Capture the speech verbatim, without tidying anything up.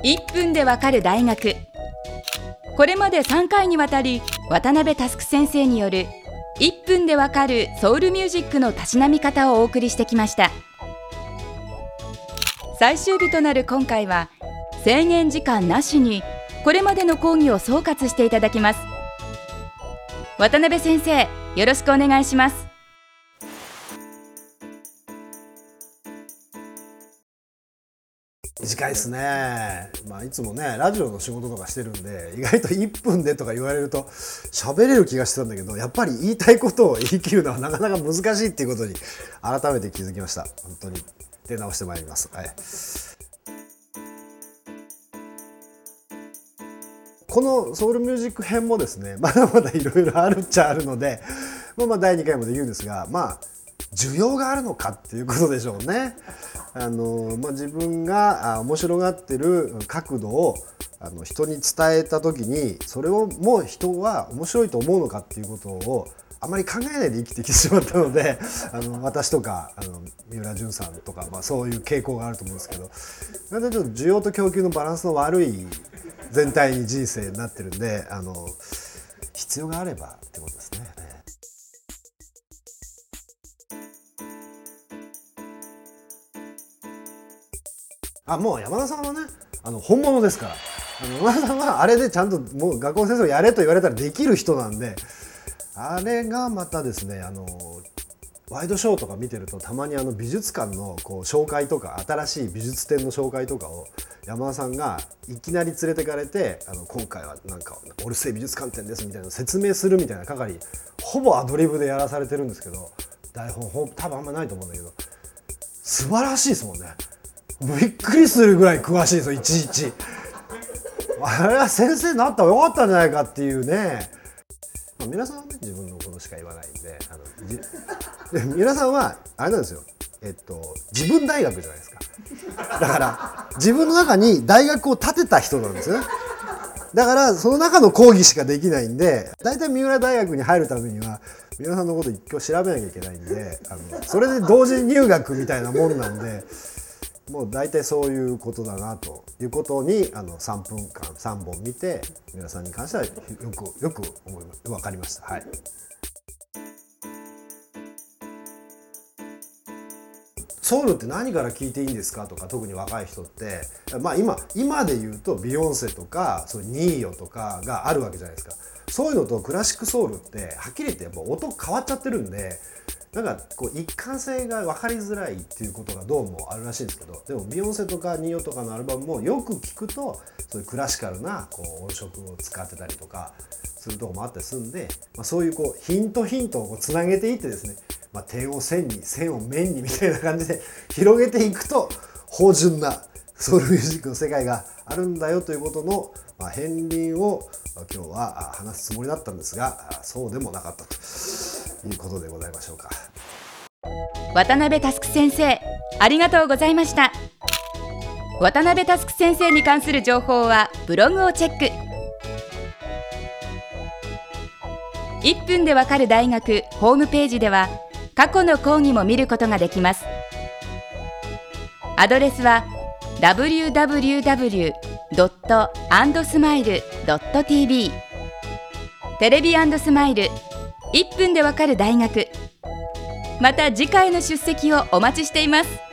いっぷんでわかる大学。これまでさんかいにわたり渡辺佑先生によるいっぷんでわかるソウルミュージックのたしなみ方をお送りしてきました。最終日となる今回は制限時間なしにこれまでの講義を総括していただきます。渡辺先生、よろしくお願いします。 短いですね。まあいつもねラジオの仕事とかしてるんで、意外といっぷんでとか言われると喋れる気がしてたんだけど、やっぱり言いたいことを言い切るのはなかなか難しいっていうことに改めて気づきました。本当に出直してまいります。はい、このソウルミュージック編もですね、まだまだいろいろあるっちゃあるので、まあだいにかいまで言うんですが、まあ需要があるのかっていうことでしょうね。あの、まあ、自分が面白がってる角度をあの人に伝えた時に、それをもう人は面白いと思うのかっていうことをあまり考えないで生きてきてしまったので、あの私とかあの三浦淳さんとか、まあ、そういう傾向があると思うんですけど、なのでちょっと需要と供給のバランスの悪い全体に人生になってるんで、あの必要があればってことですね。あ、もう山田さんはね、あの本物ですから。あの山田さんはあれでちゃんともう学校の先生をやれと言われたらできる人なんで、あれがまたですね、あのワイドショーとか見てるとたまにあの美術館のこう紹介とか、新しい美術展の紹介とかを山田さんがいきなり連れてかれて、あの今回はなんかオルセイ美術館展ですみたいな説明するみたいな係、ほぼアドリブでやらされてるんですけど、台本多分あんまないと思うんだけど、素晴らしいですもんね。びっくりするぐらい詳しいですよ、いちいち。あれは先生になったらよかったんじゃないかっていうね。まあ、皆さんはね自分のことしか言わないんで、あので皆さんはあれなんですよ、えっと自分大学じゃないですか。だから自分の中に大学を建てた人なんですよね。だからその中の講義しかできないんで、だいたい三浦大学に入るためには三浦さんのこと一挙調べなきゃいけないんで、あのそれで同時入学みたいなもんなんで、もう大体そういうことだなということにあのさんぷんかんさんぼん見て、皆さんに関してはよくよく思い分かりました。はい、ソウルって何から聞いていいんですかとか、特に若い人って、まあ今今で言うとビヨンセとかそうニーヨとかがあるわけじゃないですか。そういうのとクラシックソウルってはっきり言ってやっぱ音変わっちゃってるんで、なんかこう一貫性が分かりづらいっていうことがどうもあるらしいんですけど、でもビヨンセとかニーヨとかのアルバムもよく聞くとそういうクラシカルなこう音色を使ってたりとかするとこもあったりするんで、まあ、そういうこうヒントヒントをこうつなげていってですね、まあ、点を線に線を面にみたいな感じで広げていくと芳醇なソウルミュージックの世界があるんだよということの、まあ、片鱗を今日は話すつもりだったんですが、そうでもなかったということでございましょうか。 渡辺佑先生、ありがとうございました。渡辺佑先生に関する情報はブログをチェック。いっぷんでわかる大学ホームページでは過去の講義も見ることができます。アドレスは ダブリューダブリューダブリュードットアンドスマイルドットティービー テレビ&スマイルいっぷんでわかる大学。また次回の出席をお待ちしています。